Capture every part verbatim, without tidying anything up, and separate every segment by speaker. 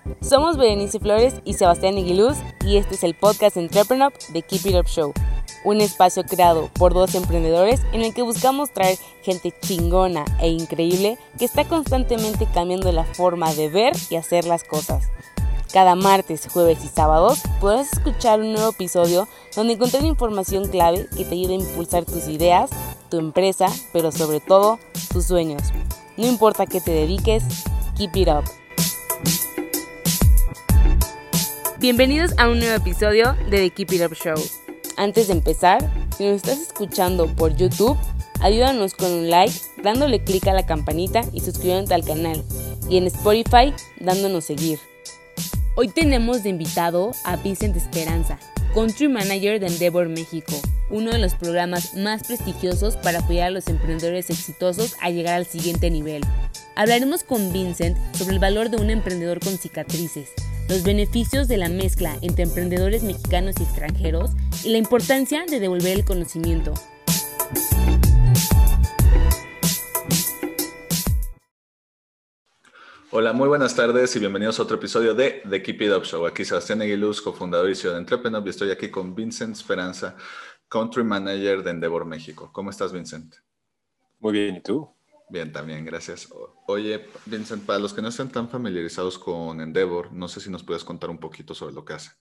Speaker 1: Somos Berenice Flores y Sebastián Iguiluz y este es el podcast Entrepreneur de Keep It Up Show, un espacio creado por dos emprendedores en el que buscamos traer gente chingona e increíble que está constantemente cambiando la forma de ver y hacer las cosas. Cada martes, jueves y sábados podrás escuchar un nuevo episodio donde encontrar información clave que te ayude a impulsar tus ideas, tu empresa, pero sobre todo, tus sueños. No importa qué te dediques, keep it up. Bienvenidos a un nuevo episodio de The Keep It Up Show. Antes de empezar, si nos estás escuchando por YouTube, ayúdanos con un like, dándole clic a la campanita y suscribiéndote al canal. Y en Spotify, dándonos seguir. Hoy tenemos de invitado a Vincent Esperanza, Country Manager de Endeavor México, uno de los programas más prestigiosos para apoyar a los emprendedores exitosos a llegar al siguiente nivel. Hablaremos con Vincent sobre el valor de un emprendedor con cicatrices, los beneficios de la mezcla entre emprendedores mexicanos y extranjeros y la importancia de devolver el conocimiento.
Speaker 2: Hola, muy buenas tardes y bienvenidos a otro episodio de The Keep It Up Show. Aquí Sebastián Iguiluz, cofundador y C E O de Entrepreneur, y estoy aquí con Vincent Esperanza, Country Manager de Endeavor México. ¿Cómo estás, Vincent?
Speaker 3: Muy bien, ¿y tú?
Speaker 2: Bien, también, gracias. Oye, Vincent, para los que no estén tan familiarizados con Endeavor, no sé si nos puedes contar un poquito sobre lo que hace.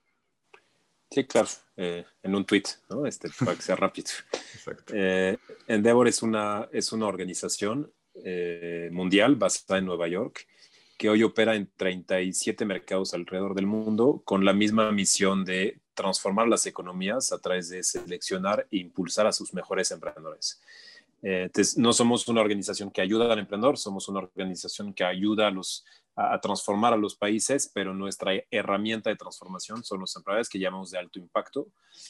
Speaker 3: Sí, claro, eh, en un tweet, ¿no? Este, para que sea rápido.
Speaker 2: Exacto.
Speaker 3: Eh, Endeavor es una, es una organización eh, mundial basada en Nueva York que hoy opera en treinta y siete mercados alrededor del mundo con la misma misión de transformar las economías a través de seleccionar e impulsar a sus mejores emprendedores. Eh, entonces, no somos una organización que ayuda al emprendedor, somos una organización que ayuda a, los, a, a transformar a los países, pero nuestra herramienta de transformación son los emprendedores que llamamos de alto impacto.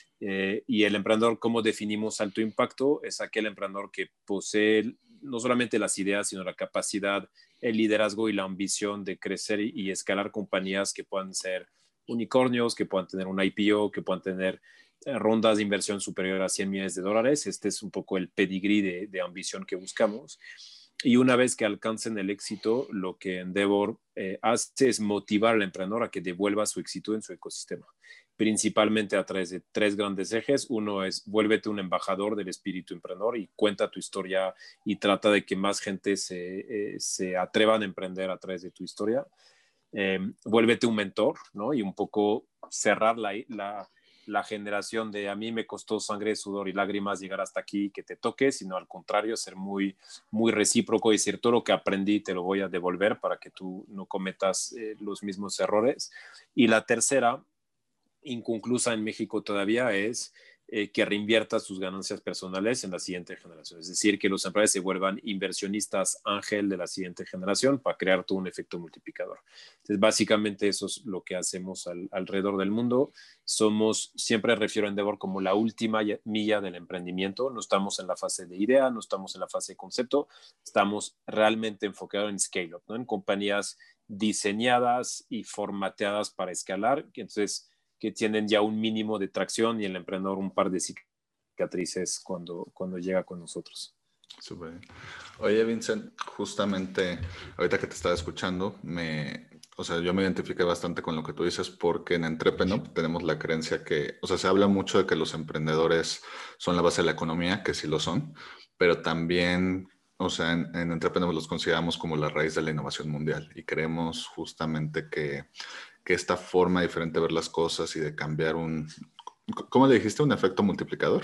Speaker 3: Eh, y el emprendedor, ¿cómo definimos alto impacto? Es aquel emprendedor que posee no solamente las ideas, sino la capacidad, el liderazgo y la ambición de crecer y, y escalar compañías que puedan ser unicornios, que puedan tener un I P O, que puedan tener rondas de inversión superior a cien millones de dólares. Este es un poco el pedigrí de, de ambición que buscamos. Y una vez que alcancen el éxito, lo que Endeavor eh, hace es motivar al emprendedor a que devuelva su éxito en su ecosistema, principalmente a través de tres grandes ejes. Uno es vuélvete un embajador del espíritu emprendedor y cuenta tu historia y trata de que más gente se, eh, se atrevan a emprender a través de tu historia. Eh, vuélvete un mentor, ¿no? Y un poco cerrar la, la la generación de a mí me costó sangre, sudor y lágrimas llegar hasta aquí, que te toque, sino al contrario, ser muy, muy recíproco y decir todo lo que aprendí te lo voy a devolver para que tú no cometas eh, los mismos errores. Y la tercera, inconclusa en México todavía, es eh, que reinvierta sus ganancias personales en la siguiente generación. Es decir, que los empresarios se vuelvan inversionistas ángel de la siguiente generación para crear todo un efecto multiplicador. Entonces, básicamente eso es lo que hacemos al, alrededor del mundo. Somos, siempre refiero a Endeavor como la última milla del emprendimiento. No estamos en la fase de idea, no estamos en la fase de concepto, estamos realmente enfocados en scale-up, ¿no? En compañías diseñadas y formateadas para escalar. Entonces, que tienen ya un mínimo de tracción y el emprendedor un par de cicatrices cuando, cuando llega con nosotros.
Speaker 2: Súper bien. Oye, Vincent, justamente ahorita que te estaba escuchando, me, o sea, yo me identifiqué bastante con lo que tú dices porque en Entrepreneur tenemos la creencia que, o sea, se habla mucho de que los emprendedores son la base de la economía, que sí lo son, pero también, o sea, en, en Entrepreneur los consideramos como la raíz de la innovación mundial y creemos justamente que que esta forma diferente de ver las cosas y de cambiar un, ¿cómo le dijiste? ¿Un efecto multiplicador?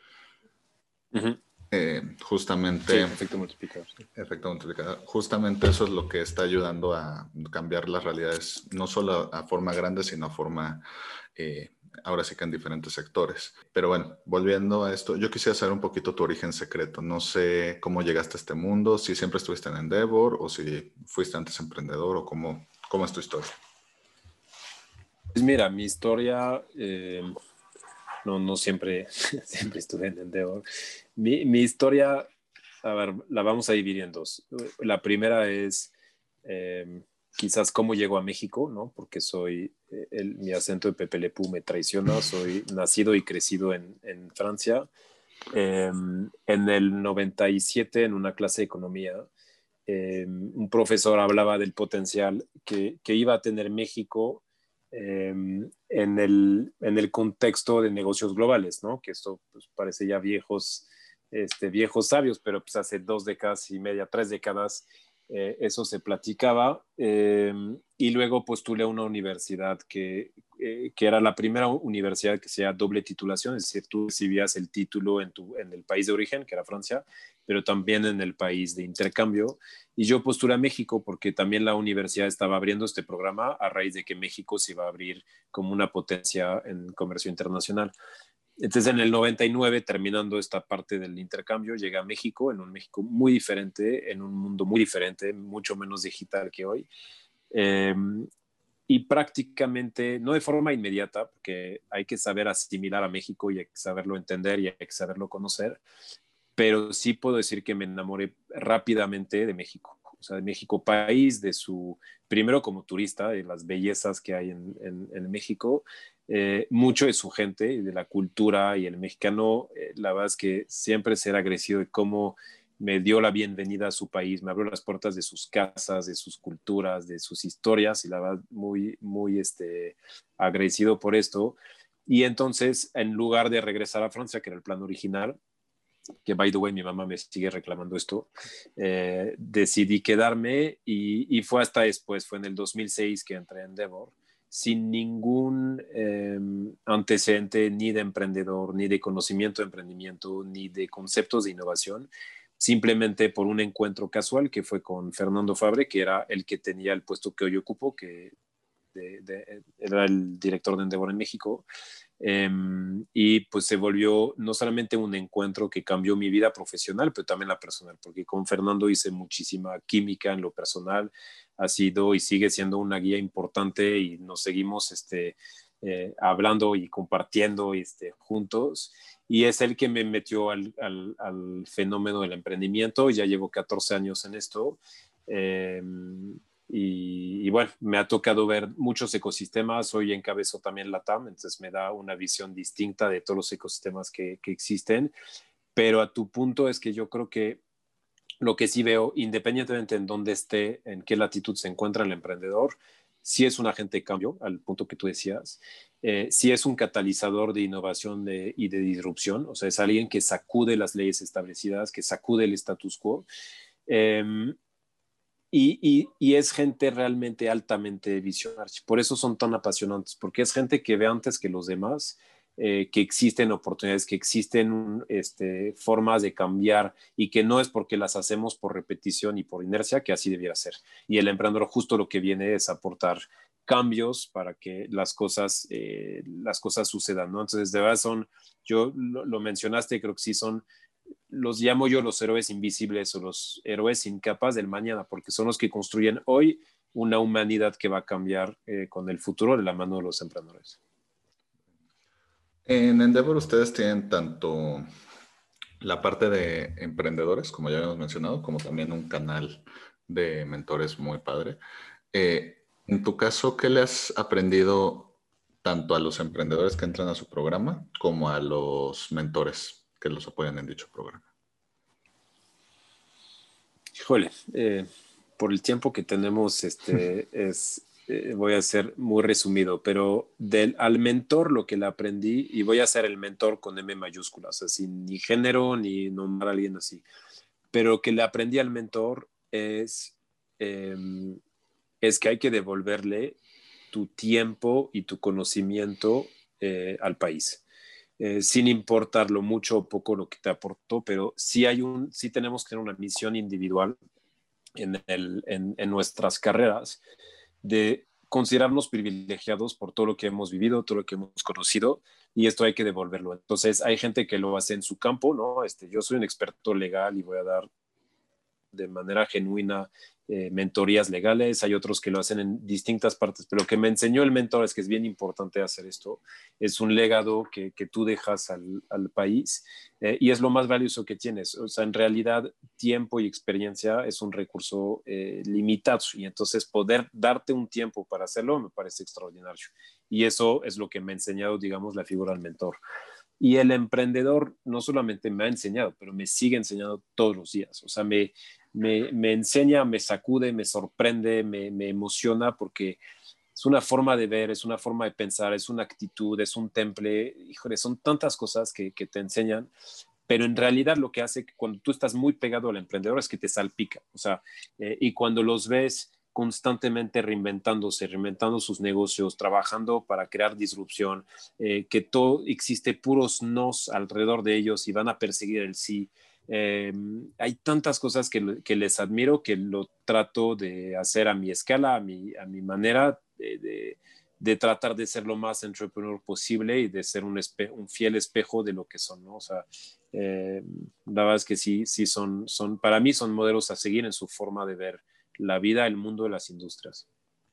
Speaker 3: Uh-huh.
Speaker 2: Eh, justamente...
Speaker 3: Sí, efecto multiplicador. Sí.
Speaker 2: Efecto multiplicador. Justamente eso es lo que está ayudando a cambiar las realidades, no solo a forma grande, sino a forma, eh, ahora sí que en diferentes sectores. Pero bueno, volviendo a esto, yo quisiera saber un poquito tu origen secreto. No sé cómo llegaste a este mundo, si siempre estuviste en Endeavor o si fuiste antes emprendedor o cómo, cómo es tu historia.
Speaker 3: Pues mira, mi historia, eh, no, no siempre, siempre estuve en Endeavor. Mi, mi historia, a ver, la vamos a dividir en dos. La primera es eh, quizás cómo llego a México, ¿no? Porque soy, el, mi acento de Pepe Le Pew me traiciona, soy nacido y crecido en, en Francia. Eh, en el noventa y siete, en una clase de economía, eh, un profesor hablaba del potencial que, que iba a tener México eh, en, el, en el contexto de negocios globales, ¿no? Que esto pues, parece ya viejos, este, viejos sabios, pero pues hace dos décadas y media, tres décadas, eh, eso se platicaba. Eh, y luego postulé a una universidad que, eh, que era la primera universidad que sea doble titulación, es decir, tú recibías el título en, tu, en el país de origen, que era Francia, pero también en el país de intercambio. Y yo postulé a México porque también la universidad estaba abriendo este programa a raíz de que México se iba a abrir como una potencia en comercio internacional. Entonces, en el noventa y nueve, terminando esta parte del intercambio, llegué a México, en un México muy diferente, en un mundo muy diferente, mucho menos digital que hoy. Eh, y prácticamente, no de forma inmediata, porque hay que saber asimilar a México y hay que saberlo entender y hay que saberlo conocer, pero sí puedo decir que me enamoré rápidamente de México. O sea, de México país, de su, primero como turista, de las bellezas que hay en, en, en México, eh, mucho de su gente, de la cultura, y el mexicano, eh, la verdad es que siempre ser agradecido de cómo me dio la bienvenida a su país, me abrió las puertas de sus casas, de sus culturas, de sus historias, y la verdad muy, muy este, agradecido por esto. Y entonces, en lugar de regresar a Francia, que era el plan original, que by the way mi mamá me sigue reclamando esto, eh, decidí quedarme y, y fue hasta después, fue en el dos mil seis que entré en Endeavor, sin ningún eh, antecedente ni de emprendedor, ni de conocimiento de emprendimiento, ni de conceptos de innovación, simplemente por un encuentro casual que fue con Fernando Fabre, que era el que tenía el puesto que hoy ocupo, que de, de, era el director de Endeavor en México. Eh, y pues se volvió no solamente un encuentro que cambió mi vida profesional, pero también la personal, porque con Fernando hice muchísima química en lo personal, ha sido y sigue siendo una guía importante y nos seguimos este, eh, hablando y compartiendo este, juntos. Y es el que me metió al, al, al fenómeno del emprendimiento. Ya llevo catorce años en esto. Eh, Y, y bueno, me ha tocado ver muchos ecosistemas. Hoy encabezo también la TAM, entonces me da una visión distinta de todos los ecosistemas que, que existen. Pero a tu punto es que yo creo que lo que sí veo, independientemente en dónde esté, en qué latitud se encuentra el emprendedor, sí es un agente de cambio, al punto que tú decías, eh, sí es un catalizador de innovación de, y de disrupción, o sea, es alguien que sacude las leyes establecidas, que sacude el status quo. Eh, y, y, y, es gente realmente altamente visionaria. Por eso son tan apasionantes, porque es gente que ve antes que los demás, eh, que existen oportunidades, que existen este, formas de cambiar y que no es porque las hacemos por repetición y por inercia, que así debiera ser. Y el emprendedor justo lo que viene es aportar cambios para que las cosas, eh, las cosas sucedan, ¿no? Entonces, de verdad son, yo lo, lo mencionaste, creo que sí son, los llamo yo los héroes invisibles o los héroes incapaces del mañana, porque son los que construyen hoy una humanidad que va a cambiar eh, con el futuro de la mano de los emprendedores.
Speaker 2: En Endeavor ustedes tienen tanto la parte de emprendedores, como ya habíamos mencionado, como también un canal de mentores muy padre. Eh, en tu caso, ¿qué le has aprendido tanto a los emprendedores que entran a su programa como a los mentores que los apoyan en dicho programa?
Speaker 3: Híjole, eh, por el tiempo que tenemos, este, es, eh, voy a ser muy resumido, pero del, al mentor lo que le aprendí, y voy a ser el mentor con M mayúscula, o sea, sin ni género ni nombrar a alguien así, pero lo que le aprendí al mentor es, eh, es que hay que devolverle tu tiempo y tu conocimiento eh, al país. Eh, sin importar lo mucho o poco lo que te aportó, pero sí, hay un, sí tenemos que tener una misión individual en, el, en, en nuestras carreras de considerarnos privilegiados por todo lo que hemos vivido, todo lo que hemos conocido, y esto hay que devolverlo. Entonces, hay gente que lo hace en su campo, ¿no? Este, yo soy un experto legal y voy a dar de manera genuina eh, mentorías legales, hay otros que lo hacen en distintas partes, pero lo que me enseñó el mentor es que es bien importante hacer esto, es un legado que, que tú dejas al, al país eh, y es lo más valioso que tienes, o sea, en realidad tiempo y experiencia es un recurso eh, limitado y entonces poder darte un tiempo para hacerlo me parece extraordinario y eso es lo que me ha enseñado, digamos, la figura del mentor. Y el emprendedor no solamente me ha enseñado, pero me sigue enseñando todos los días. O sea, me, me, me enseña, me sacude, me sorprende, me, me emociona porque es una forma de ver, es una forma de pensar, es una actitud, es un temple. Híjole, son tantas cosas que, que te enseñan, pero en realidad lo que hace cuando tú estás muy pegado al emprendedor es que te salpica. O sea, eh, y cuando los ves constantemente reinventándose, reinventando sus negocios, trabajando para crear disrupción, eh, que todo existe puros nos alrededor de ellos y van a perseguir el sí. Eh, hay tantas cosas que, que les admiro que lo trato de hacer a mi escala, a mi, a mi manera de, de, de tratar de ser lo más entrepreneur posible y de ser un, espe un fiel espejo de lo que son, ¿no? O sea, eh, la verdad es que sí, sí son, son, para mí son modelos a seguir en su forma de ver la vida, el mundo de las industrias.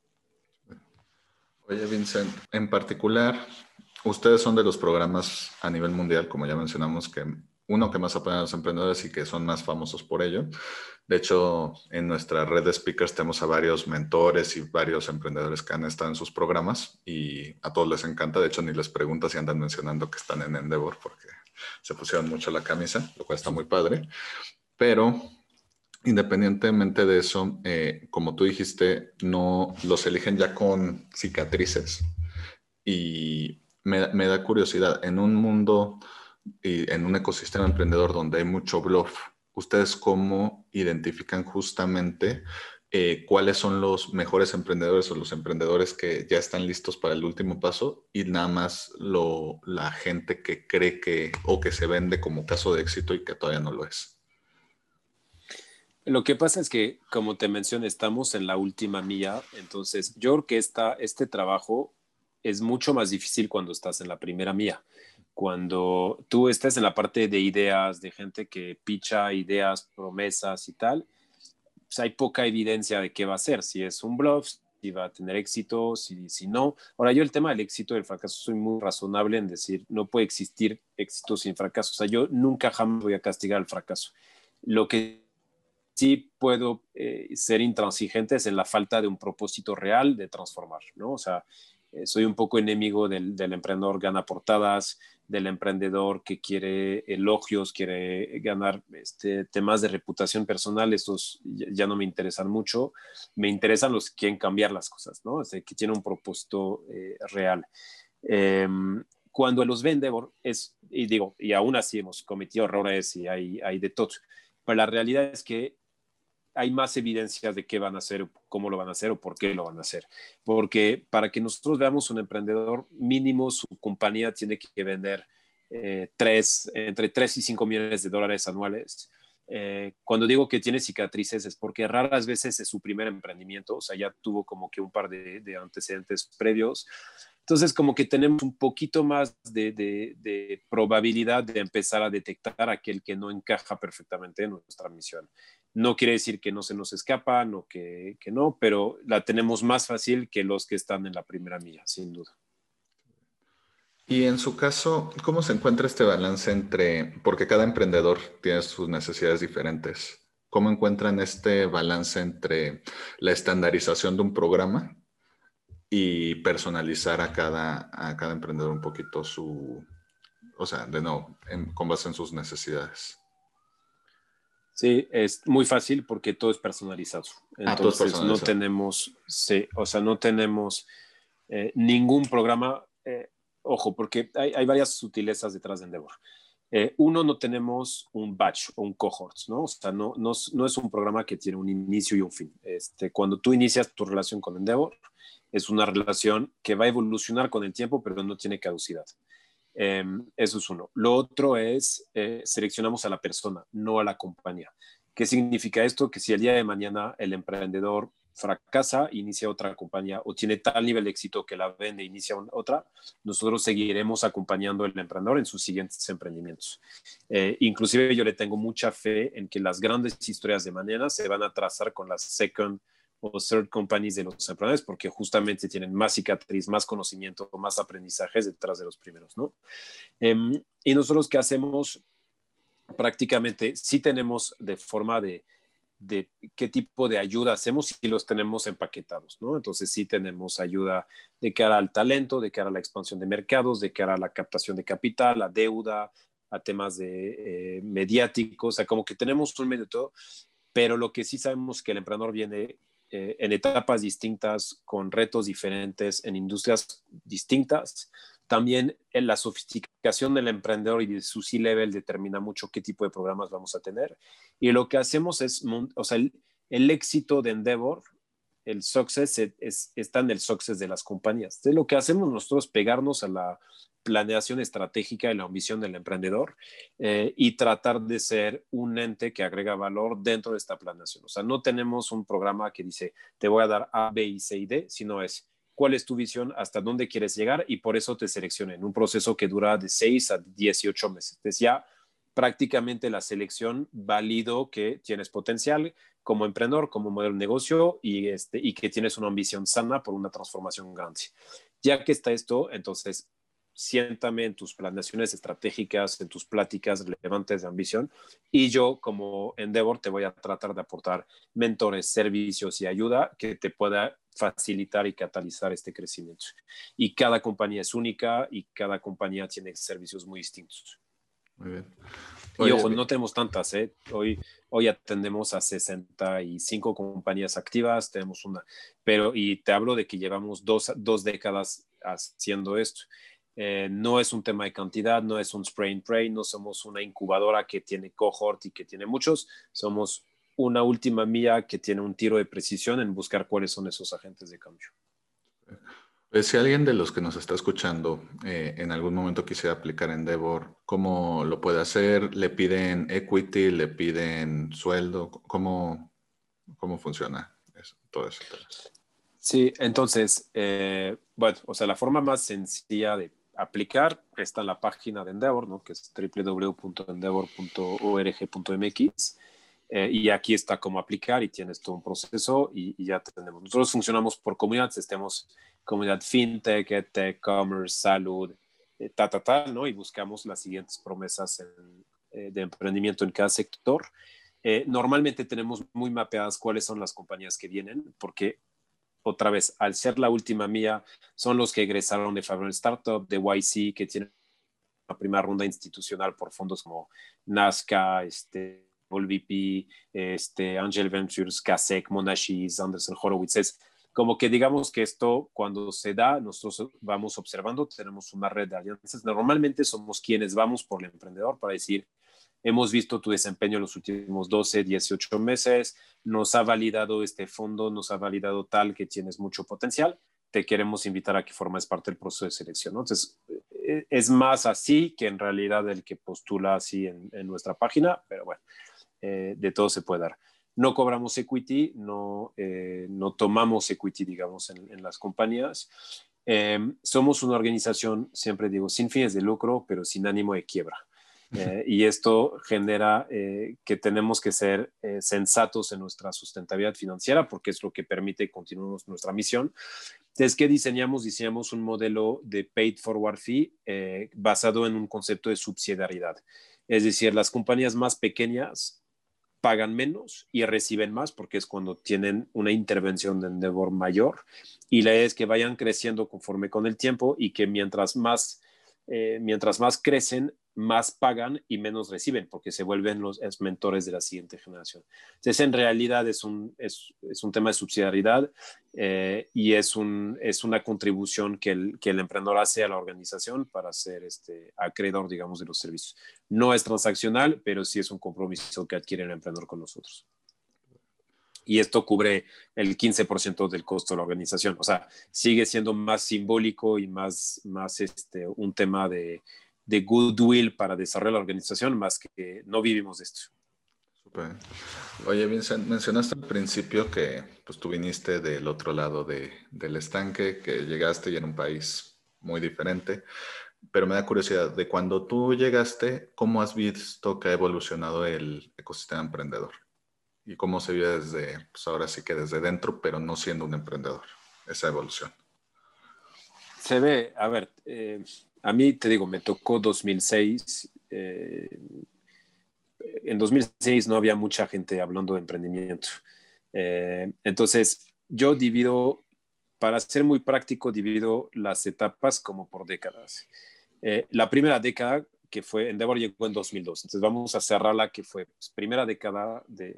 Speaker 2: Oye, Vincent, en particular, ustedes son de los programas a nivel mundial, como ya mencionamos, que uno que más apoyan a los emprendedores y que son más famosos por ello. De hecho, en nuestra red de speakers tenemos a varios mentores y varios emprendedores que han estado en sus programas y a todos les encanta. De hecho, ni les pregunto si andan mencionando que están en Endeavor porque se pusieron mucho la camisa, lo cual está muy padre. Pero independientemente de eso, eh, como tú dijiste, no los eligen ya con cicatrices. Y me, me da curiosidad, en un mundo y en un ecosistema emprendedor donde hay mucho bluff, ¿ustedes cómo identifican justamente eh, cuáles son los mejores emprendedores o los emprendedores que ya están listos para el último paso y nada más lo, la gente que cree que o que se vende como caso de éxito y que todavía no lo es?
Speaker 3: Lo que pasa es que, como te mencioné, estamos en la última milla, entonces yo creo que esta, este trabajo es mucho más difícil cuando estás en la primera milla. Cuando tú estás en la parte de ideas, de gente que picha ideas, promesas y tal, pues hay poca evidencia de qué va a ser, si es un bluff, si va a tener éxito, si, si no. Ahora, yo el tema del éxito y del fracaso soy muy razonable en decir, no puede existir éxito sin fracaso. O sea, yo nunca jamás voy a castigar el fracaso. Lo que sí puedo eh, ser intransigentes en la falta de un propósito real de transformar, ¿no? O sea, eh, soy un poco enemigo del, del emprendedor gana portadas, del emprendedor que quiere elogios, quiere ganar este, temas de reputación personal, estos ya, ya no me interesan mucho, me interesan los que quieren cambiar las cosas, ¿no? O sea, que tienen un propósito eh, real. Eh, cuando los Endeavor es, y digo, y aún así hemos cometido errores y hay, hay de todo, pero la realidad es que hay más evidencias de qué van a hacer, cómo lo van a hacer o por qué lo van a hacer. Porque para que nosotros veamos un emprendedor, mínimo su compañía tiene que vender eh, tres, entre tres y cinco millones de dólares anuales. Eh, cuando digo que tiene cicatrices es porque raras veces es su primer emprendimiento, o sea, ya tuvo como que un par de, de antecedentes previos. Entonces, como que tenemos un poquito más de, de, de probabilidad de empezar a detectar aquel que no encaja perfectamente en nuestra misión. No quiere decir que no se nos escapan o que, que no, pero la tenemos más fácil que los que están en la primera milla, sin duda.
Speaker 2: Y en su caso, ¿cómo se encuentra este balance entre, porque cada emprendedor tiene sus necesidades diferentes? ¿Cómo encuentran este balance entre la estandarización de un programa y personalizar a cada, a cada emprendedor un poquito su, o sea, de nuevo, en, con base en sus necesidades?
Speaker 3: Sí, es muy fácil porque todo es personalizado.
Speaker 2: Ah, todo es
Speaker 3: Entonces no
Speaker 2: personalizado.
Speaker 3: tenemos, sí, o sea, no tenemos eh, ningún programa, eh, ojo, porque hay, hay varias sutilezas detrás de Endeavor. Eh, uno, no tenemos un batch o un cohort, ¿no? O sea, no, no, no es un programa que tiene un inicio y un fin. Este, cuando tú inicias tu relación con Endeavor, es una relación que va a evolucionar con el tiempo, pero no tiene caducidad. Eh, eso es uno. Lo otro es, eh, seleccionamos a la persona, no a la compañía. ¿Qué significa esto? Que si el día de mañana el emprendedor fracasa, inicia otra compañía o tiene tal nivel de éxito que la vende, inicia otra, nosotros seguiremos acompañando al emprendedor en sus siguientes emprendimientos. Eh, inclusive yo le tengo mucha fe en que las grandes historias de mañana se van a trazar con las second o third companies de los emprendedores porque justamente tienen más cicatriz, más conocimiento, más aprendizajes detrás de los primeros, ¿no? Eh, y nosotros, ¿qué hacemos? Prácticamente sí tenemos de forma de de qué tipo de ayuda hacemos y los tenemos empaquetados, ¿no? Entonces sí tenemos ayuda de cara al talento, de cara a la expansión de mercados, de cara a la captación de capital, a deuda, a temas de eh, mediáticos, o sea, como que tenemos un medio de todo, pero lo que sí sabemos es que el emprendedor viene eh, en etapas distintas, con retos diferentes, en industrias distintas. También en la sofisticación del emprendedor y de su C-level determina mucho qué tipo de programas vamos a tener. Y lo que hacemos es, o sea, el, el éxito de Endeavor, el success, es, es, está en el success de las compañías. Entonces, lo que hacemos nosotros es pegarnos a la planeación estratégica y la ambición del emprendedor eh, y tratar de ser un ente que agrega valor dentro de esta planeación. O sea, no tenemos un programa que dice, te voy a dar A, B, C y D, sino es cuál es tu visión, hasta dónde quieres llegar y por eso te seleccioné en un proceso que dura de seis a dieciocho meses. Entonces ya prácticamente la selección valido que tienes potencial como emprendedor, como modelo de negocio y, este, y que tienes una ambición sana por una transformación grande. Ya que está esto, entonces siéntame en tus planeaciones estratégicas, en tus pláticas relevantes de ambición y yo como Endeavor te voy a tratar de aportar mentores, servicios y ayuda que te pueda facilitar y catalizar este crecimiento. Y cada compañía es única y cada compañía tiene servicios muy distintos.
Speaker 2: Muy bien.
Speaker 3: Oye, y ojo, no tenemos tantas, ¿eh? Hoy, hoy atendemos a sesenta y cinco compañías activas, tenemos una, pero y te hablo de que llevamos dos, dos décadas haciendo esto. Eh, no es un tema de cantidad, no es un spray and pray, no somos una incubadora que tiene cohort y que tiene muchos, somos una última milla que tiene un tiro de precisión en buscar cuáles son esos agentes de cambio.
Speaker 2: Pues si alguien de los que nos está escuchando eh, en algún momento quisiera aplicar Endeavor, ¿cómo lo puede hacer? ¿Le piden equity? ¿Le piden sueldo? ¿Cómo, cómo funciona eso, todo eso?
Speaker 3: Sí, entonces, eh, bueno, o sea, la forma más sencilla de aplicar está en la página de Endeavor, ¿no? Que es doble u doble u doble u punto endeavor punto org punto m x. Eh, y aquí está cómo aplicar y tienes todo un proceso y, y ya tenemos. Nosotros funcionamos por comunidades, tenemos comunidad fintech, edtech, commerce, salud, eh, ta, ta, ta, ¿no? Y buscamos las siguientes promesas en, eh, de emprendimiento en cada sector. Eh, normalmente tenemos muy mapeadas cuáles son las compañías que vienen, porque otra vez, al ser la última mía, son los que egresaron de Favorable Startup, de Y C, que tienen una primera ronda institucional por fondos como Nazca, este, V P, este, Angel Ventures, Kasek, Monashis, Anderson Horowitz. Es como que digamos que esto cuando se da, nosotros vamos observando, tenemos una red de alianzas. Normalmente somos quienes vamos por el emprendedor para decir, hemos visto tu desempeño en los últimos doce, dieciocho meses, nos ha validado este fondo, nos ha validado tal que tienes mucho potencial, te queremos invitar a que formes parte del proceso de selección, ¿no? Entonces, es más así que en realidad el que postula así en, en nuestra página, pero bueno, eh, de todo se puede dar. No cobramos equity, no, eh, no tomamos equity, digamos, en, en las compañías. Eh, somos una organización, siempre digo, sin fines de lucro, pero sin ánimo de quiebra. Eh, y esto genera eh, que tenemos que ser eh, sensatos en nuestra sustentabilidad financiera porque es lo que permite continuar nuestra misión. Entonces, ¿qué diseñamos? Diseñamos un modelo de paid forward fee eh, basado en un concepto de subsidiariedad. Es decir, las compañías más pequeñas pagan menos y reciben más porque es cuando tienen una intervención de Endeavor mayor y la idea es que vayan creciendo conforme con el tiempo y que mientras más, eh, mientras más crecen, más pagan y menos reciben porque se vuelven los mentores de la siguiente generación. Entonces, en realidad es un, es, es un tema de subsidiariedad eh, y es, un, es una contribución que el, que el emprendedor hace a la organización para ser este, acreedor, digamos, de los servicios. No es transaccional, pero sí es un compromiso que adquiere el emprendedor con nosotros. Y esto cubre el quince por ciento del costo de la organización. O sea, sigue siendo más simbólico y más, más este, un tema de de goodwill para desarrollar la organización, más que no vivimos de esto.
Speaker 2: Super. Oye, Vincent, mencionaste al principio que pues, tú viniste del otro lado de, del estanque, que llegaste y en un país muy diferente, pero me da curiosidad, de cuando tú llegaste, ¿cómo has visto que ha evolucionado el ecosistema emprendedor? ¿Y cómo se vive desde, pues ahora sí que desde dentro, pero no siendo un emprendedor, esa evolución?
Speaker 3: Se ve, a ver, eh, a mí te digo, me tocó dos mil seis, eh, en dos mil seis no había mucha gente hablando de emprendimiento. Eh, entonces, yo divido, para ser muy práctico, divido las etapas como por décadas. Eh, la primera década, que fue, Endeavor llegó en dos mil dos, entonces vamos a cerrarla, que fue pues, primera década de,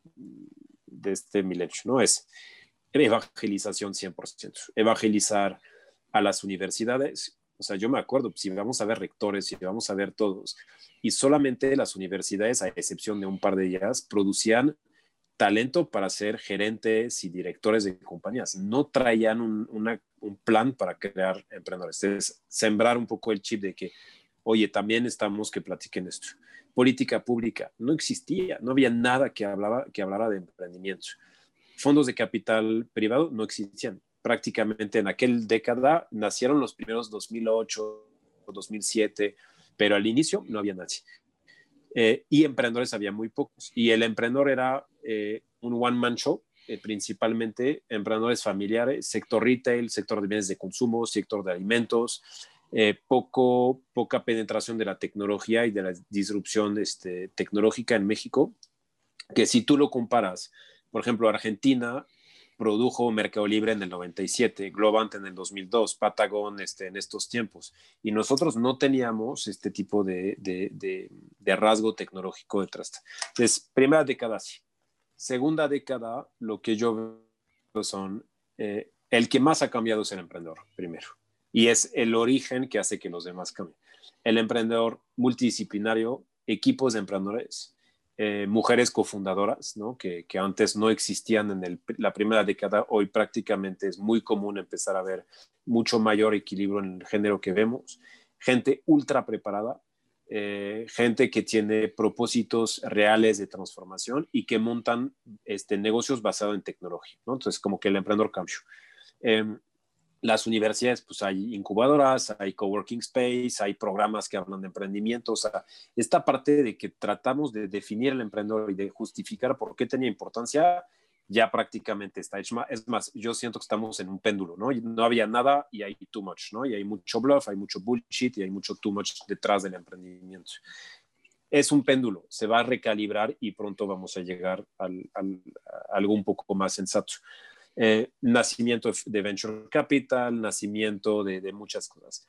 Speaker 3: de este milenio, ¿no? Es evangelización cien por ciento, evangelizar a las universidades. O sea, yo me acuerdo, si vamos a ver rectores, si vamos a ver todos, y solamente las universidades, a excepción de un par de ellas, producían talento para ser gerentes y directores de compañías. No traían un, una, un plan para crear emprendedores. Es sembrar un poco el chip de que, oye, también estamos que platiquen esto. Política pública no existía, no había nada que, hablaba, que hablara de emprendimiento. Fondos de capital privado no existían. Prácticamente en aquel década nacieron los primeros dos mil ocho, dos mil siete, pero al inicio no había nadie. Eh, y emprendedores había muy pocos. Y el emprendedor era eh, un one-man show, eh, principalmente emprendedores familiares, sector retail, sector de bienes de consumo, sector de alimentos, eh, poco, poca penetración de la tecnología y de la disrupción este, tecnológica en México, que si tú lo comparas, por ejemplo, Argentina produjo Mercado Libre en el noventa y siete, Globant en el dos mil dos, Patagon este, en estos tiempos. Y nosotros no teníamos este tipo de, de, de, de rasgo tecnológico detrás. Entonces, primera década sí. Segunda década, lo que yo veo son, eh, el que más ha cambiado es el emprendedor, primero. Y es el origen que hace que los demás cambien. El emprendedor multidisciplinario, equipos de emprendedores, Eh, mujeres cofundadoras, ¿no? que, que antes no existían en el, la primera década, hoy prácticamente es muy común empezar a ver mucho mayor equilibrio en el género que vemos, gente ultra preparada, eh, gente que tiene propósitos reales de transformación y que montan este, negocios basados en tecnología, ¿no? Entonces como que el emprendedor cambio. Eh, Las universidades, pues hay incubadoras, hay coworking space, hay programas que hablan de emprendimiento. O sea, esta parte de que tratamos de definir el emprendedor y de justificar por qué tenía importancia, ya prácticamente está hecho. Es más, yo siento que estamos en un péndulo, ¿no? No había nada y hay too much, ¿no? Y hay mucho bluff, hay mucho bullshit y hay mucho too much detrás del emprendimiento. Es un péndulo, se va a recalibrar y pronto vamos a llegar al, al, a algo un poco más sensato. Eh, nacimiento de venture capital, nacimiento de, de muchas cosas.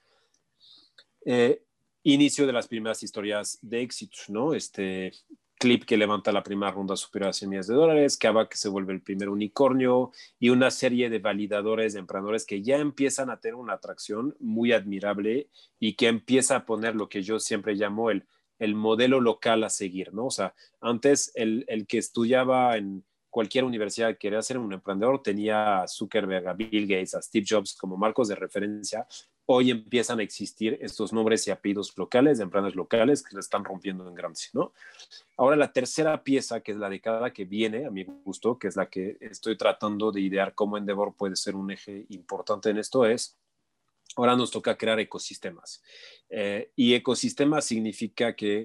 Speaker 3: Eh, inicio de las primeras historias de éxito, ¿no? Este Clip que levanta la primera ronda superior a cien millones de dólares, Kavak que se vuelve el primer unicornio y una serie de validadores, de emprendedores que ya empiezan a tener una atracción muy admirable y que empieza a poner lo que yo siempre llamo el, el modelo local a seguir, ¿no? O sea, antes el, el que estudiaba en cualquier universidad que quería ser un emprendedor tenía a Zuckerberg, a Bill Gates, a Steve Jobs como marcos de referencia. Hoy empiezan a existir estos nombres y apellidos locales, de emprendedores locales que se están rompiendo en grande, ¿no? Ahora la tercera pieza, que es la década que viene, a mi gusto, que es la que estoy tratando de idear cómo Endeavor puede ser un eje importante en esto, es ahora nos toca crear ecosistemas. Eh, y ecosistema significa que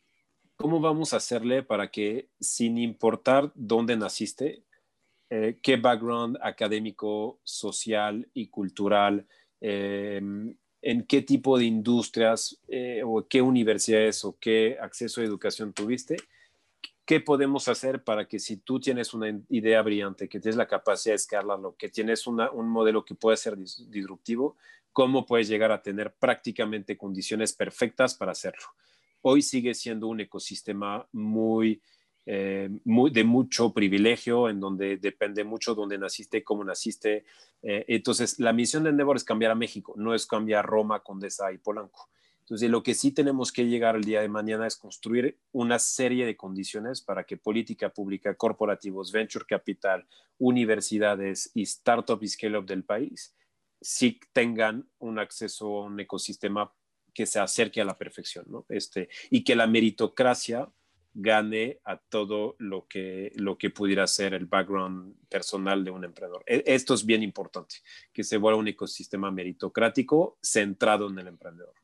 Speaker 3: ¿cómo vamos a hacerle para que, sin importar dónde naciste, eh, qué background académico, social y cultural, eh, en qué tipo de industrias eh, o qué universidades o qué acceso a educación tuviste, qué podemos hacer para que si tú tienes una idea brillante, que tienes la capacidad de escalarlo, que tienes una, un modelo que puede ser dis- disruptivo, cómo puedes llegar a tener prácticamente condiciones perfectas para hacerlo? Hoy sigue siendo un ecosistema muy, eh, muy de mucho privilegio, en donde depende mucho de dónde naciste, cómo naciste. Eh, entonces, la misión de Endeavor es cambiar a México, no es cambiar Roma, Condesa y Polanco. Entonces, lo que sí tenemos que llegar el día de mañana es construir una serie de condiciones para que política pública, corporativos, venture capital, universidades y startup y scale-up del país sí tengan un acceso a un ecosistema que se acerque a la perfección, ¿no? Este, y que la meritocracia gane a todo lo que, lo que pudiera ser el background personal de un emprendedor. Esto es bien importante, que se vuelva un ecosistema meritocrático centrado en el emprendedor.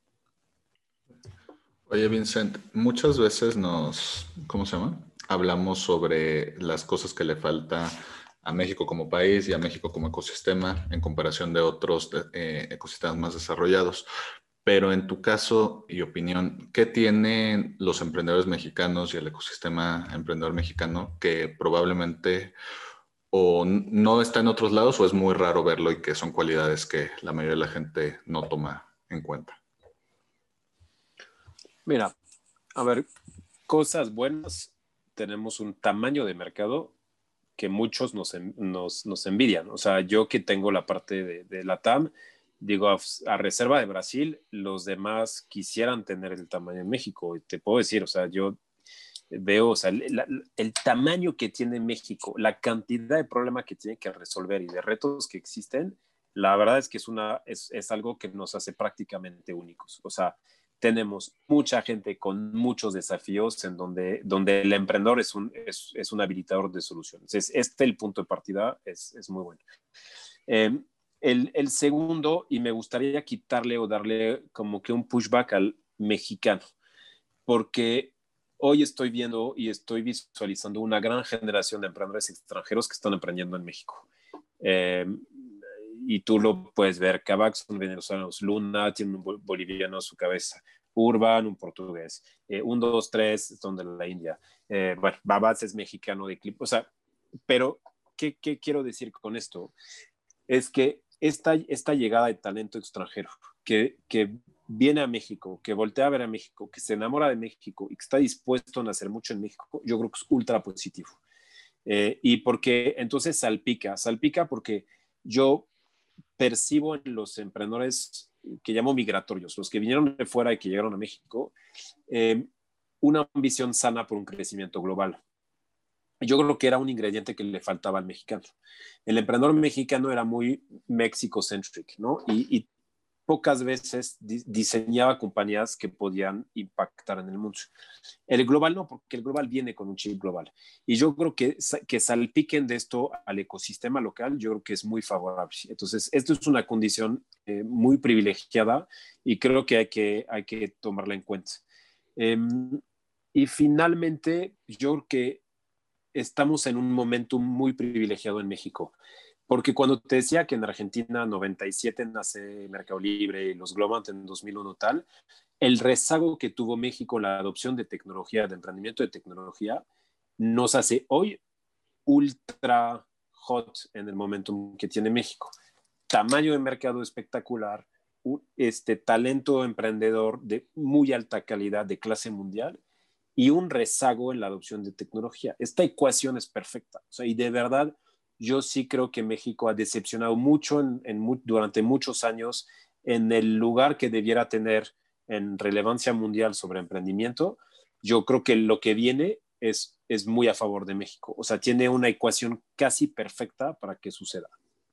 Speaker 2: Oye, Vincent, muchas veces nos, ¿cómo se llama? Hablamos sobre las cosas que le falta a México como país y a México como ecosistema en comparación de otros eh, ecosistemas más desarrollados. Pero en tu caso y opinión, ¿qué tienen los emprendedores mexicanos y el ecosistema emprendedor mexicano que probablemente o no está en otros lados o es muy raro verlo y que son cualidades que la mayoría de la gente no toma en cuenta?
Speaker 3: Mira, a ver, cosas buenas, tenemos un tamaño de mercado que muchos nos, nos, nos envidian. O sea, yo que tengo la parte de, de la T A M, digo, a, a reserva de Brasil, los demás quisieran tener el tamaño en México. Y te puedo decir, o sea, yo veo, o sea, la, el tamaño que tiene México, la cantidad de problemas que tiene que resolver y de retos que existen, la verdad es que es, una, es, es algo que nos hace prácticamente únicos. O sea, tenemos mucha gente con muchos desafíos en donde, donde el emprendedor es un, es, es un habilitador de soluciones. Es, este el punto de partida es, es muy bueno. Eh, el, el segundo, y me gustaría quitarle o darle como que un pushback al mexicano, porque hoy estoy viendo y estoy visualizando una gran generación de emprendedores extranjeros que están emprendiendo en México. Eh, y tú lo puedes ver, Kavak son venezolanos, Luna tiene un boliviano a su cabeza, Urban, un portugués, eh, un, dos, tres son de la India, eh, bueno, Babas es mexicano de clip, o sea, pero ¿qué, qué quiero decir con esto? Es que esta, esta llegada de talento extranjero que, que viene a México, que voltea a ver a México, que se enamora de México y que está dispuesto a hacer mucho en México, yo creo que es ultra positivo. Eh, y porque entonces salpica, salpica porque yo percibo en los emprendedores que llamo migratorios, los que vinieron de fuera y que llegaron a México, eh, una ambición sana por un crecimiento global. Yo creo que era un ingrediente que le faltaba al mexicano. El emprendedor mexicano era muy Mexico-centric, ¿no? Y, y pocas veces di diseñaba compañías que podían impactar en el mundo. El global no, porque el global viene con un chip global. Y yo creo que, que salpiquen de esto al ecosistema local, yo creo que es muy favorable. Entonces, esto es una condición eh, muy privilegiada y creo que hay que, hay que tomarla en cuenta. Eh, y finalmente, yo creo que estamos en un momento muy privilegiado en México. Porque cuando te decía que en Argentina noventa y siete nace Mercado Libre y los Globant en dos mil uno tal, el rezago que tuvo México en la adopción de tecnología, de emprendimiento de tecnología, nos hace hoy ultra hot en el momento que tiene México. Tamaño de mercado espectacular, este talento emprendedor de muy alta calidad, de clase mundial, y un rezago en la adopción de tecnología. Esta ecuación es perfecta. O sea, y de verdad, yo sí creo que México ha decepcionado mucho en, en, durante muchos años en el lugar que debiera tener en relevancia mundial sobre emprendimiento. Yo creo que lo que viene es, es muy a favor de México. O sea, tiene una ecuación casi perfecta para que suceda.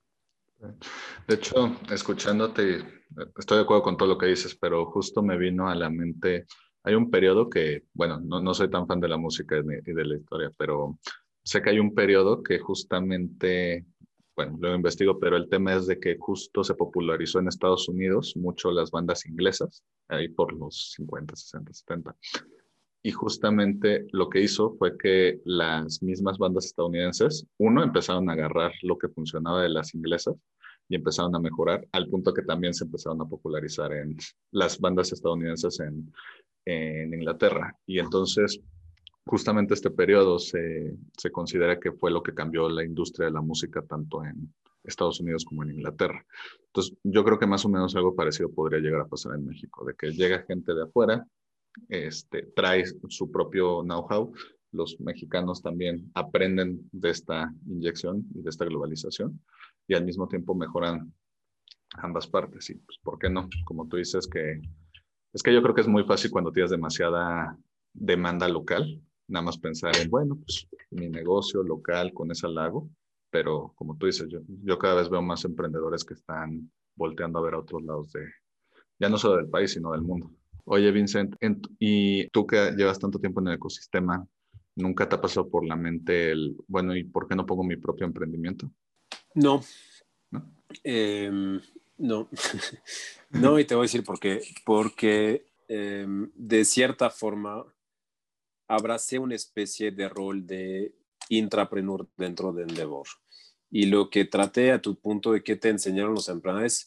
Speaker 2: De hecho, escuchándote, estoy de acuerdo con todo lo que dices, pero justo me vino a la mente, hay un periodo que, bueno, no, no soy tan fan de la música y de la historia, pero sé que hay un periodo que justamente, bueno, lo investigo, pero el tema es de que justo se popularizó en Estados Unidos mucho las bandas inglesas, ahí por los cincuenta, sesenta, setenta. Y justamente lo que hizo fue que las mismas bandas estadounidenses, uno, empezaron a agarrar lo que funcionaba de las inglesas y empezaron a mejorar, al punto que también se empezaron a popularizar en las bandas estadounidenses en, en Inglaterra. Y entonces, justamente este periodo se, se considera que fue lo que cambió la industria de la música tanto en Estados Unidos como en Inglaterra. Entonces, yo creo que más o menos algo parecido podría llegar a pasar en México, de que llega gente de afuera, Este, trae su propio know-how. Los mexicanos también aprenden de esta inyección y de esta globalización y al mismo tiempo mejoran ambas partes. Y pues, ¿por qué no? Como tú dices, que es que yo creo que es muy fácil cuando tienes demasiada demanda local, nada más pensar en, bueno, pues mi negocio local con ese lago, pero como tú dices, yo, yo cada vez veo más emprendedores que están volteando a ver a otros lados de, ya no solo del país, sino del mundo. Oye, Vincent, en, y tú que llevas tanto tiempo en el ecosistema, ¿nunca te ha pasado por la mente el, bueno, ¿y por qué no pongo mi propio emprendimiento?
Speaker 3: No.
Speaker 2: ¿No?
Speaker 3: Eh, no. No, y te voy a decir por qué. Porque eh, de cierta forma abracé una especie de rol de intrapreneur dentro de Endeavor. Y lo que traté a tu punto de qué te enseñaron los emprendedores,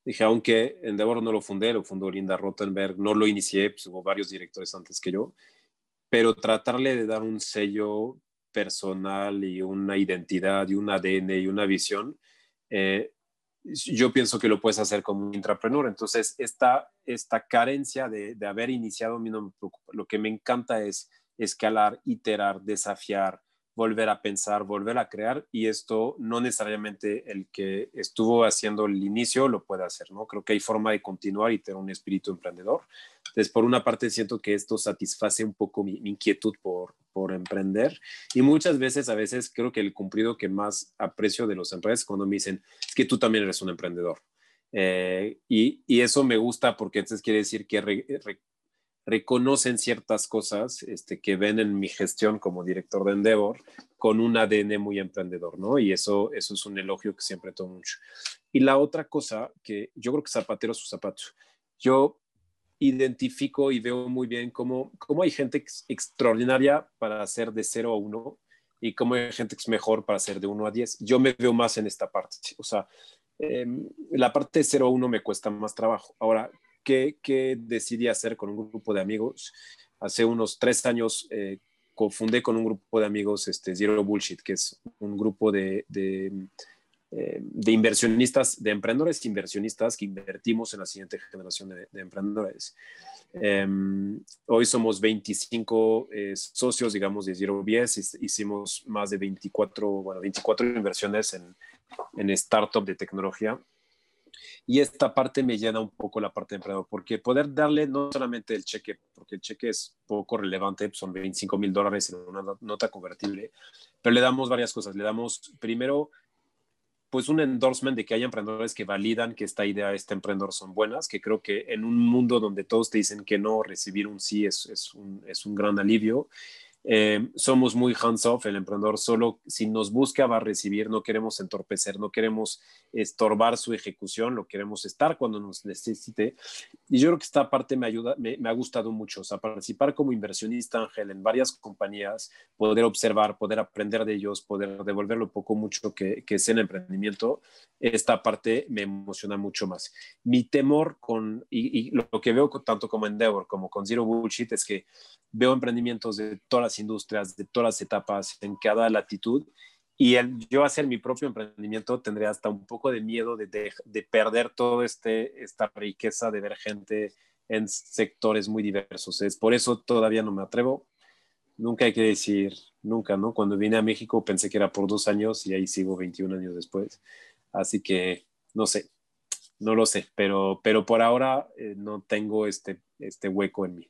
Speaker 3: Dije, aunque Endeavor no lo fundé, lo fundó Linda Rottenberg, no lo inicié, pues hubo varios directores antes que yo, pero tratarle de dar un sello personal y una identidad y un A D N y una visión, eh, yo pienso que lo puedes hacer como un intrapreneur. Entonces, esta, esta carencia de, de haber iniciado a mí no me preocupa. Lo que me encanta es escalar, iterar, desafiar, volver a pensar, volver a crear, y esto no necesariamente el que estuvo haciendo el inicio lo puede hacer, ¿no? Creo que hay forma de continuar y tener un espíritu emprendedor. Entonces, por una parte, siento que esto satisface un poco mi, mi inquietud por, por emprender, y muchas veces, a veces, creo que el cumplido que más aprecio de los empresarios es cuando me dicen, es que tú también eres un emprendedor. Eh, y, y eso me gusta porque entonces quiere decir que re, re, reconocen ciertas cosas este, que ven en mi gestión como director de Endeavor con un A D N muy emprendedor, ¿no? Y eso, eso es un elogio que siempre tomo mucho. Y la otra cosa que yo creo que zapatero a su zapato, yo identifico y veo muy bien cómo, cómo hay gente ex extraordinaria para hacer de cero a uno y cómo hay gente que es mejor para hacer de uno a diez. Yo me veo más en esta parte. O sea, eh, la parte de cero a uno me cuesta más trabajo. Ahora, ¿qué, qué decidí hacer con un grupo de amigos? Hace unos tres años eh, cofundé con un grupo de amigos este, Zero Bullshit, que es un grupo de... de de inversionistas, de emprendedores inversionistas que invertimos en la siguiente generación de, de emprendedores. Eh, hoy somos veinticinco eh, socios, digamos, de Zero B S. Hicimos más de veinticuatro, bueno, veinticuatro inversiones en, en startup de tecnología. Y esta parte me llena un poco la parte de emprendedor, porque poder darle no solamente el cheque, porque el cheque es poco relevante, son veinticinco mil dólares en una nota convertible, pero le damos varias cosas. Le damos primero pues un endorsement de que hay emprendedores que validan que esta idea, este emprendedor son buenas, que creo que en un mundo donde todos te dicen que no, recibir un sí es, es, un, es un gran alivio. Eh, somos muy hands-off, el emprendedor solo si nos busca va a recibir, no queremos entorpecer, no queremos estorbar su ejecución, lo queremos estar cuando nos necesite. Y yo creo que esta parte me ayuda, me, me ha gustado mucho, o sea, participar como inversionista ángel en varias compañías, poder observar, poder aprender de ellos, poder devolver lo poco mucho que, que es en emprendimiento, esta parte me emociona mucho más. Mi temor con, y, y lo que veo tanto como Endeavor como con Zero Bullshit es que veo emprendimientos de todas las industrias, de todas las etapas, en cada latitud, y el yo hacer mi propio emprendimiento tendría hasta un poco de miedo de, de, de perder toda este, esta riqueza de ver gente en sectores muy diversos. Es por eso todavía no me atrevo. Nunca hay que decir nunca, ¿no? Cuando vine a México pensé que era por dos años y ahí sigo veintiún años después. Así que no sé, no lo sé, pero, pero por ahora eh, no tengo este, este hueco en mí.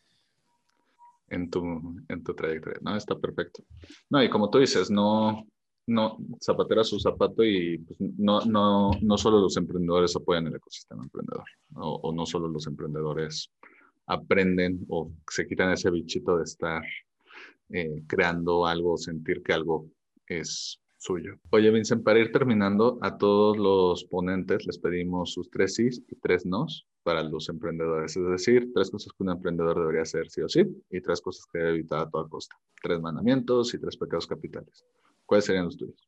Speaker 2: En tu, en tu trayectoria. No, está perfecto. No, y como tú dices, no, no, zapatero a su zapato y pues, no, no, no solo los emprendedores apoyan el ecosistema emprendedor, ¿no? O no solo los emprendedores aprenden o se quitan ese bichito de estar eh, creando algo, sentir que algo es suyo. Oye, Vincent, para ir terminando, a todos los ponentes les pedimos sus tres sís y tres nos para los emprendedores. Es decir, tres cosas que un emprendedor debería hacer sí o sí y tres cosas que debe evitar a toda costa. Tres mandamientos y tres pecados capitales. ¿Cuáles serían los tuyos?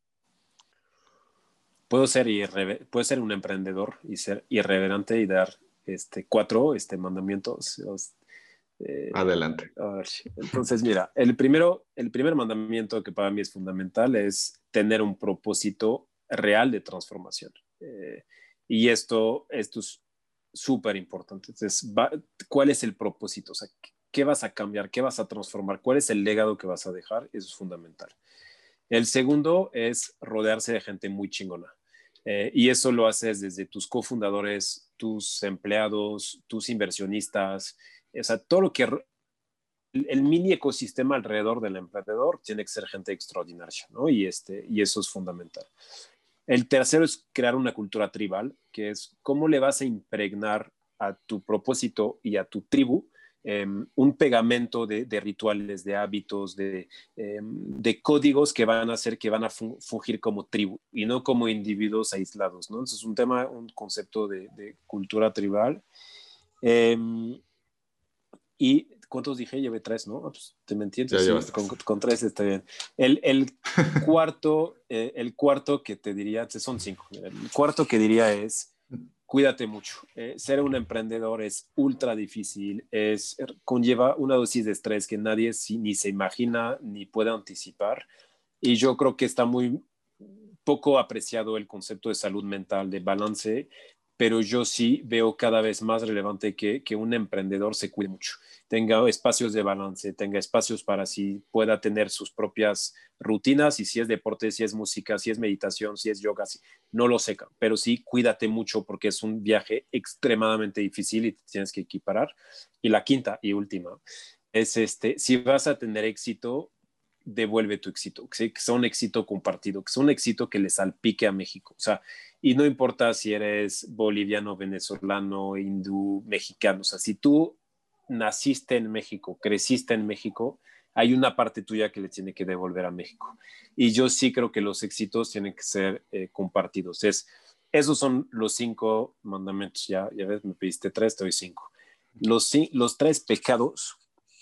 Speaker 3: Puedo ser, irre- puedo ser un emprendedor y ser irreverente y dar este, cuatro este, mandamientos. Eh,
Speaker 2: Adelante.
Speaker 3: A ver, entonces, mira, el, primero, el primer mandamiento que para mí es fundamental es tener un propósito real de transformación. Eh, y esto, esto es súper importante. Entonces, va, ¿cuál es el propósito? O sea, ¿qué vas a cambiar? ¿Qué vas a transformar? ¿Cuál es el legado que vas a dejar? Eso es fundamental. El segundo es rodearse de gente muy chingona. Eh, y eso lo haces desde tus cofundadores, tus empleados, tus inversionistas, o sea, todo lo que el, el mini ecosistema alrededor del emprendedor tiene que ser gente extraordinaria, ¿no? Y, este, y eso es fundamental. El tercero es crear una cultura tribal, que es cómo le vas a impregnar a tu propósito y a tu tribu eh, un pegamento de, de rituales, de hábitos, de, eh, de códigos que van a hacer que van a fungir como tribu y no como individuos aislados, ¿no? Entonces es un tema, un concepto de, de cultura tribal. Eh, y ¿cuántos dije? Llevé tres, ¿no? Pues te mentí, entonces sí, con, con tres está bien. El, el cuarto, eh, el cuarto que te diría, son cinco. El cuarto que diría es cuídate mucho. Eh, ser un emprendedor es ultra difícil, es, conlleva una dosis de estrés que nadie si, ni se imagina ni puede anticipar. Y yo creo que está muy poco apreciado el concepto de salud mental, de balance, pero yo sí veo cada vez más relevante que, que un emprendedor se cuide mucho, tenga espacios de balance, tenga espacios para sí pueda tener sus propias rutinas, y si es deporte, si es música, si es meditación, si es yoga, si, no lo sé, pero sí cuídate mucho porque es un viaje extremadamente difícil y te tienes que equiparar. Y la quinta y última es este, si vas a tener éxito, devuelve tu éxito, que sea un éxito compartido, que sea un éxito que le salpique a México. O sea, y no importa si eres boliviano, venezolano, hindú, mexicano, o sea, si tú naciste en México, creciste en México, hay una parte tuya que le tiene que devolver a México. Y yo sí creo que los éxitos tienen que ser eh, compartidos. Es, esos son los cinco mandamientos. Ya, ya ves, me pediste tres, te doy cinco. Los, los tres pecados.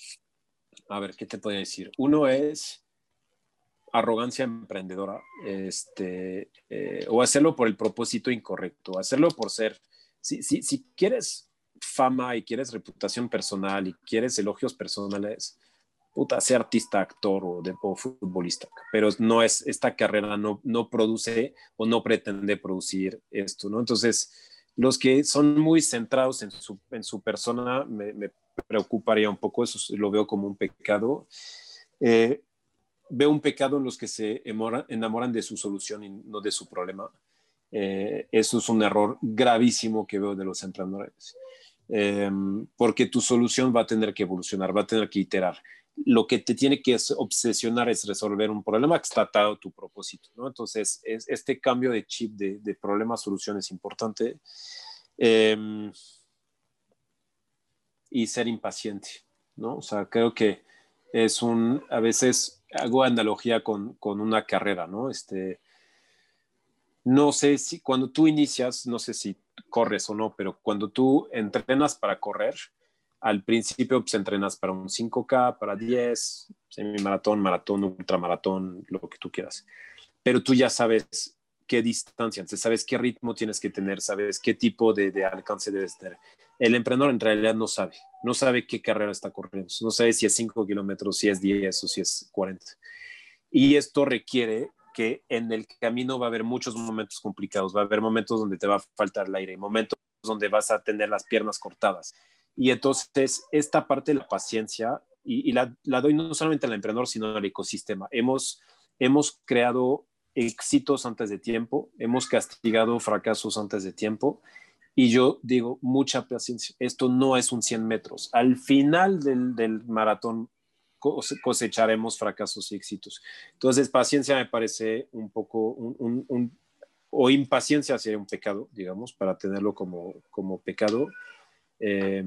Speaker 3: A ver, ¿qué te puedo decir? Uno es arrogancia emprendedora, este, eh, o hacerlo por el propósito incorrecto, hacerlo por ser, si, si, si quieres fama y quieres reputación personal y quieres elogios personales, puta, sea artista, actor o, de, o futbolista, pero no es, esta carrera no, no produce o no pretende producir esto, ¿no? Entonces, los que son muy centrados en su, en su persona, me, me preocuparía un poco, eso lo veo como un pecado. Eh, veo un pecado en los que se enamoran, enamoran de su solución y no de su problema. Eh, eso es un error gravísimo que veo de los emprendedores, eh, porque tu solución va a tener que evolucionar, va a tener que iterar. Lo que te tiene que obsesionar es resolver un problema que está atado a tu propósito, ¿no? Entonces, es, este cambio de chip de, de problema-solución es importante. Eh, y ser impaciente, ¿no? O sea, creo que es un, a veces hago analogía con, con una carrera, ¿no? Este, no sé si cuando tú inicias, no sé si corres o no, pero cuando tú entrenas para correr, al principio pues entrenas para un cinco K, para diez, semimaratón, maratón, ultramaratón, lo que tú quieras. Pero tú ya sabes qué distancia, sabes qué ritmo tienes que tener, sabes qué tipo de, de alcance debes tener. El emprendedor en realidad no sabe, no sabe qué carrera está corriendo, no sabe si es cinco kilómetros, si es diez o si es cuarenta. Y esto requiere que en el camino va a haber muchos momentos complicados, va a haber momentos donde te va a faltar el aire, momentos donde vas a tener las piernas cortadas. Y entonces esta parte de la paciencia, y, y la, la doy no solamente al emprendedor, sino al ecosistema. Hemos, hemos creado éxitos antes de tiempo, hemos castigado fracasos antes de tiempo, y yo digo, mucha paciencia, esto no es un cien metros, al final del, del maratón cosecharemos fracasos y éxitos. Entonces paciencia me parece un poco un, un, un, o impaciencia sería un pecado, digamos, para tenerlo como, como pecado, eh,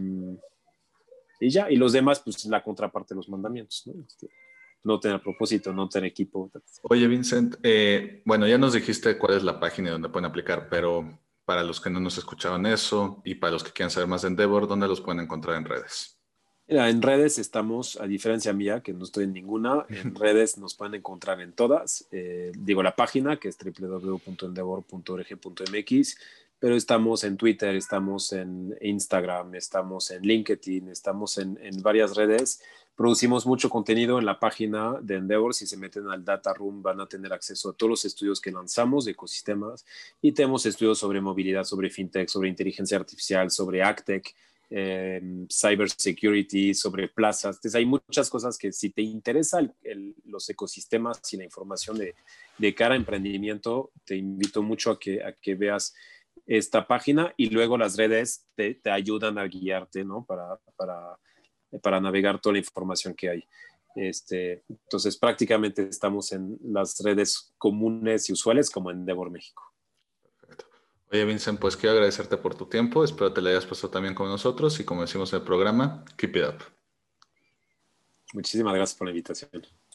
Speaker 3: y ya, y los demás pues la contraparte de los mandamientos, ¿no? Este, no tener propósito, no tener equipo.
Speaker 2: Oye, Vincent, eh, bueno, ya nos dijiste cuál es la página donde pueden aplicar, pero para los que no nos escucharon eso y para los que quieran saber más de Endeavor, ¿dónde los pueden encontrar en redes?
Speaker 3: Mira, en redes estamos, a diferencia mía, que no estoy en ninguna, en redes nos pueden encontrar en todas. Eh, digo, la página, que es doble u doble u doble u punto endeavor punto org punto m x, pero estamos en Twitter, estamos en Instagram, estamos en LinkedIn, estamos en, en varias redes. Producimos mucho contenido en la página de Endeavor. Si se meten al Data Room van a tener acceso a todos los estudios que lanzamos de ecosistemas, y tenemos estudios sobre movilidad, sobre fintech, sobre inteligencia artificial, sobre agtech, eh, cyber security, sobre plazas. Entonces hay muchas cosas que si te interesa el, el, los ecosistemas y la información de, de cara a emprendimiento, te invito mucho a que, a que veas esta página, y luego las redes te, te ayudan a guiarte, ¿no? Para, para, para navegar toda la información que hay. Este, entonces prácticamente estamos en las redes comunes y usuales como en Endeavor México.
Speaker 2: Perfecto. Oye, Vincent, pues quiero agradecerte por tu tiempo, espero te la hayas pasado también con nosotros, y como decimos en el programa, keep it up.
Speaker 3: Muchísimas gracias por la invitación.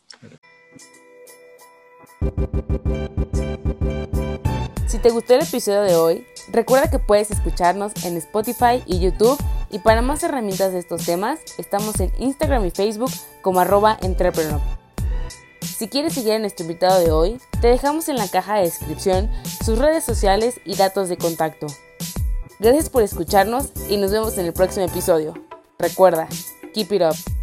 Speaker 1: Si te gustó el episodio de hoy, recuerda que puedes escucharnos en Spotify y YouTube, y para más herramientas de estos temas, estamos en Instagram y Facebook como arroba entrepreneur. Si quieres seguir a nuestro invitado de hoy, te dejamos en la caja de descripción sus redes sociales y datos de contacto. Gracias por escucharnos y nos vemos en el próximo episodio. Recuerda, keep it up.